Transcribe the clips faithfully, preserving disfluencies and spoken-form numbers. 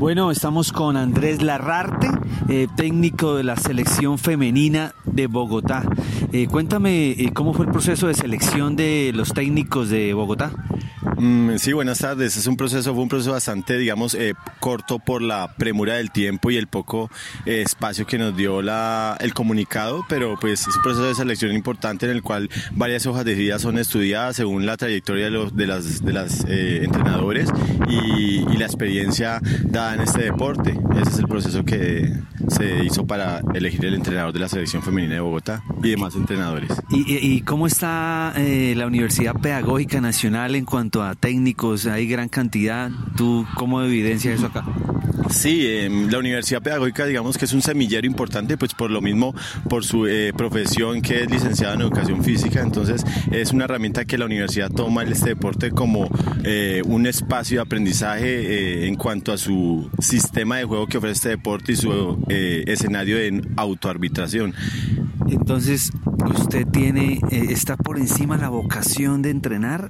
Bueno, estamos con Andrés Larrarte, eh, técnico de la selección femenina de Bogotá. Eh, cuéntame eh, cómo fue el proceso de selección de los técnicos de Bogotá. Mm, sí, buenas tardes. Es un proceso, fue un proceso bastante, digamos, eh, corto por la premura del tiempo y el poco eh, espacio que nos dio la, el comunicado, pero pues es un proceso de selección importante en el cual varias hojas de vida son estudiadas según la trayectoria de, los, de las, de las eh, entrenadores y, y la experiencia dada en este deporte. Ese es el proceso que se hizo para elegir el entrenador de la selección femenina de Bogotá y demás entrenadores. ¿Y, y, y cómo está eh, la Universidad Pedagógica Nacional en cuanto a técnicos? ¿Hay gran cantidad? ¿Tú cómo evidencias eso acá? Sí, eh, la Universidad Pedagógica, digamos que es un semillero importante, pues por lo mismo, por su eh, profesión, que es licenciada en Educación Física. Entonces es una herramienta que la universidad toma este deporte como eh, un espacio de aprendizaje eh, en cuanto a su sistema de juego que ofrece este deporte y su eh, escenario de autoarbitración. Entonces, ¿usted tiene, eh, está por encima la vocación de entrenar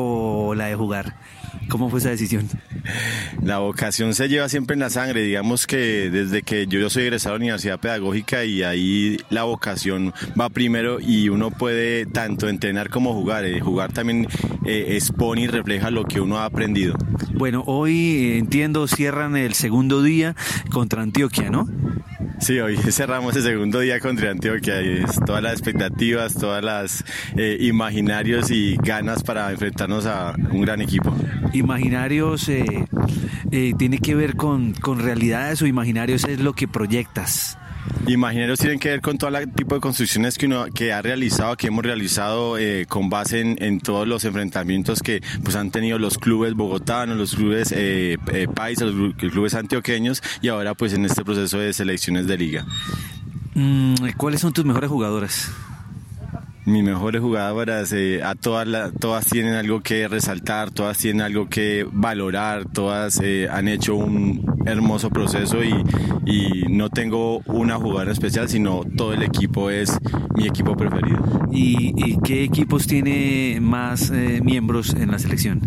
o la de jugar? ¿Cómo fue esa decisión? La vocación se lleva siempre en la sangre. Digamos que desde que yo, yo soy egresado de la Universidad Pedagógica y ahí la vocación va primero y uno puede tanto entrenar como jugar. Eh, jugar también eh, expone y refleja lo que uno ha aprendido. Bueno, hoy eh, entiendo cierran el segundo día contra Antioquia, ¿no? Sí, hoy cerramos el segundo día contra Antioquia y es todas las expectativas, todas las eh, imaginarios y ganas para enfrentarnos a un gran equipo. Imaginarios eh, eh, tiene que ver con, con realidades o imaginarios es lo que proyectas. Imaginarios tienen que ver con todo el tipo de construcciones que uno que ha realizado, que hemos realizado eh, con base en, en todos los enfrentamientos que pues han tenido los clubes bogotanos, los clubes eh, eh, paisas, los clubes antioqueños y ahora pues en este proceso de selecciones de liga. Mm, ¿cuáles son tus mejores jugadoras? Mis mejores jugadoras, eh, a todas la, todas tienen algo que resaltar, todas tienen algo que valorar, todas eh, han hecho un hermoso proceso y, y no tengo una jugadora especial, sino todo el equipo es mi equipo preferido. ¿Y, y qué equipos tiene más eh, miembros en la selección?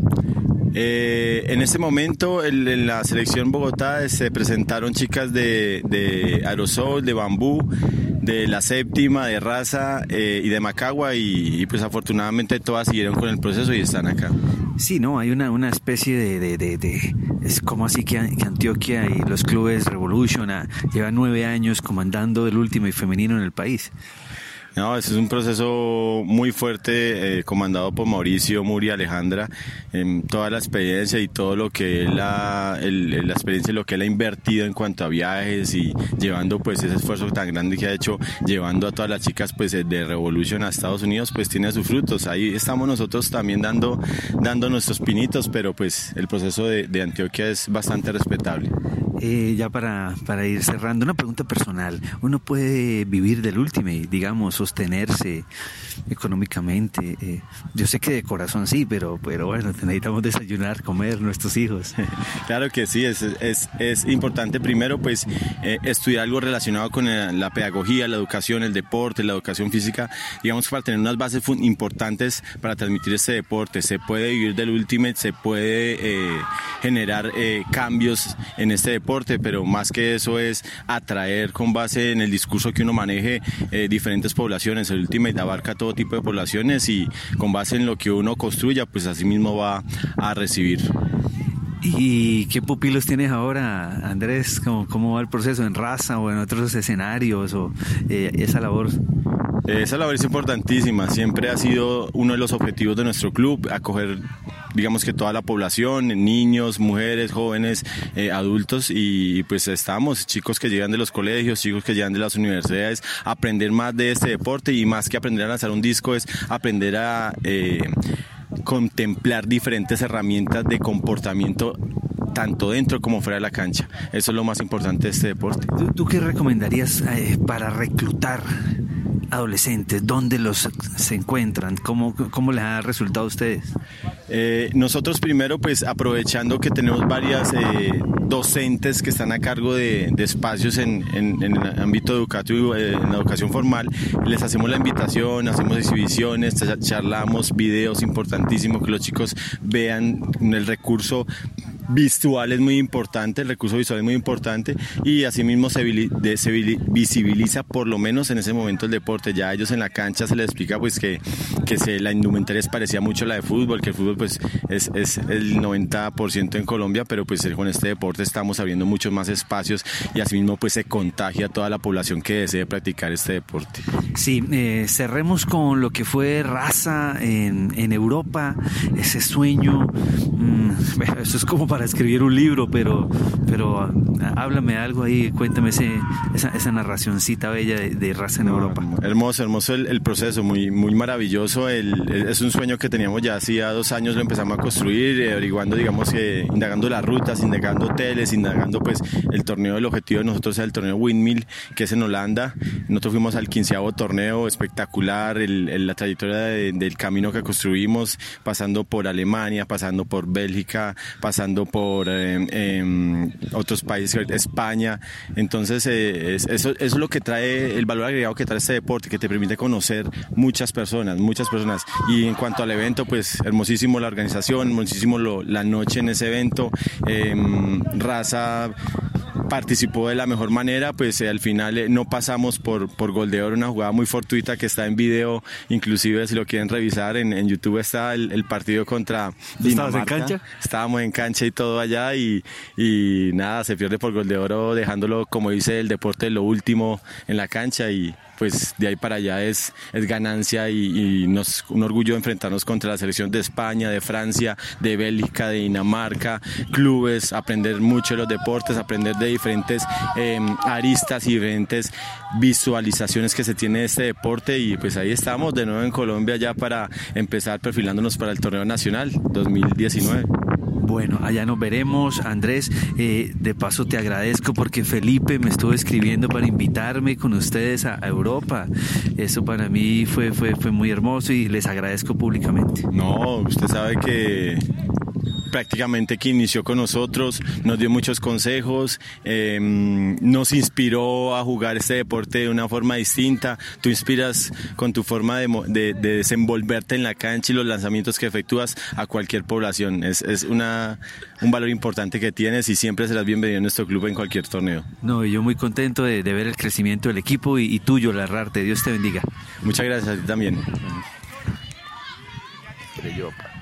Eh, en este momento el, en la selección Bogotá se presentaron chicas de, de Aerosol, de Bambú, de La Séptima, de Raza eh, y de Macagua y, y pues afortunadamente todas siguieron con el proceso y están acá. Sí, no, hay una, una especie de, de, de, de es como así que, que Antioquia y los clubes Revolution a, llevan nueve años comandando el Ultimate femenino en el país. No, ese es un proceso muy fuerte eh, comandado por Mauricio, Muri y Alejandra, en toda la experiencia y todo lo que él ha, el, la experiencia y lo que él ha invertido en cuanto a viajes y llevando pues ese esfuerzo tan grande que ha hecho, llevando a todas las chicas pues de Revolution a Estados Unidos, pues tiene sus frutos. Ahí estamos nosotros también dando, dando nuestros pinitos, pero pues el proceso de, de Antioquia es bastante respetable. Eh, ya para, para ir cerrando, una pregunta personal. ¿Uno puede vivir del Ultimate, digamos, sostenerse económicamente? Eh, yo sé que de corazón sí, pero, pero bueno, necesitamos desayunar, comer, nuestros hijos. Claro que sí, es, es, es importante primero pues eh, estudiar algo relacionado con el, la pedagogía, la educación, el deporte, la educación física, digamos para tener unas bases importantes para transmitir este deporte. Se puede vivir del Ultimate, se puede eh, generar eh, cambios en este deporte, pero más que eso es atraer con base en el discurso que uno maneje eh, diferentes poblaciones. El Ultimate abarca todo tipo de poblaciones y con base en lo que uno construya, pues así mismo va a recibir. ¿Y qué pupilos tienes ahora, Andrés? ¿Cómo, cómo va el proceso en Raza o en otros escenarios o eh, esa labor? Esa labor es importantísima, siempre ha sido uno de los objetivos de nuestro club, acoger digamos que toda la población, niños, mujeres, jóvenes, eh, adultos y pues estamos, chicos que llegan de los colegios, chicos que llegan de las universidades, aprender más de este deporte y más que aprender a lanzar un disco es aprender a eh, contemplar diferentes herramientas de comportamiento tanto dentro como fuera de la cancha. Eso es lo más importante de este deporte. ¿Tú, tú qué recomendarías eh, para reclutar adolescentes? ¿Dónde los se encuentran? ¿Cómo, cómo les ha resultado a ustedes? Eh, nosotros primero pues aprovechando que tenemos varias eh, docentes que están a cargo de, de espacios en, en, en el ámbito educativo, eh, en la educación formal, les hacemos la invitación, hacemos exhibiciones, charlamos, videos, importantísimo que los chicos vean el recurso visual es muy importante, el recurso visual es muy importante y asimismo se, de, se visibiliza por lo menos en ese momento el deporte. Ya a ellos en la cancha se les explica pues que, que se, la indumentaria les parecía mucho la de fútbol, que el fútbol pues es, es el noventa por ciento en Colombia, pero pues con este deporte estamos abriendo muchos más espacios y asimismo pues se contagia a toda la población que desee practicar este deporte. Sí, eh, cerremos con lo que fue Raza en, en Europa, ese sueño, mmm, eso es como para escribir un libro, pero, pero uh, háblame algo ahí, cuéntame ese, esa, esa narracioncita bella de, de Raza en no, Europa. Hermoso, hermoso el, el proceso, muy, muy maravilloso, el, el, es un sueño que teníamos ya hacía dos años, lo empezamos a construir, eh, averiguando, digamos, que indagando las rutas, indagando hoteles, indagando pues el torneo, el objetivo de nosotros es el torneo Windmill, que es en Holanda. Nosotros fuimos al quinceavo torneo, espectacular, el, el, la trayectoria de, del camino que construimos, pasando por Alemania, pasando por Bélgica, pasando por eh, eh, otros países, España. Entonces eh, es, eso, eso es lo que trae, el valor agregado que trae este deporte, que te permite conocer muchas personas, muchas personas. Y en cuanto al evento, pues hermosísimo la organización, hermosísimo lo, la noche en ese evento. eh, Raza participó de la mejor manera, pues eh, al final eh, no pasamos por, por gol de oro, una jugada muy fortuita que está en video, inclusive si lo quieren revisar en, en YouTube está el, el partido contra Dinamarca. ¿Estabas en cancha? Estábamos en cancha y todo allá y, y nada, se pierde por gol de oro dejándolo, como dice el deporte, lo último en la cancha y pues de ahí para allá es, es ganancia y, y nos, un orgullo enfrentarnos contra la selección de España, de Francia, de Bélgica, de Dinamarca, clubes, aprender mucho de los deportes, aprender de diferentes eh, aristas y diferentes visualizaciones que se tiene de este deporte y pues ahí estamos de nuevo en Colombia ya para empezar perfilándonos para el torneo nacional dos mil diecinueve. Bueno, allá nos veremos, Andrés. Eh, de paso te agradezco porque Felipe me estuvo escribiendo para invitarme con ustedes a, a Europa. Eso para mí fue, fue, fue muy hermoso y les agradezco públicamente. No, usted sabe que prácticamente que inició con nosotros, nos dio muchos consejos, eh, nos inspiró a jugar este deporte de una forma distinta. Tú inspiras con tu forma de, de, de desenvolverte en la cancha y los lanzamientos que efectúas a cualquier población. Es, es una, un valor importante que tienes y siempre serás bienvenido en nuestro club en cualquier torneo. No, yo muy contento de, de ver el crecimiento del equipo y, y tuyo, Larrarte. Dios te bendiga. Muchas gracias a ti también.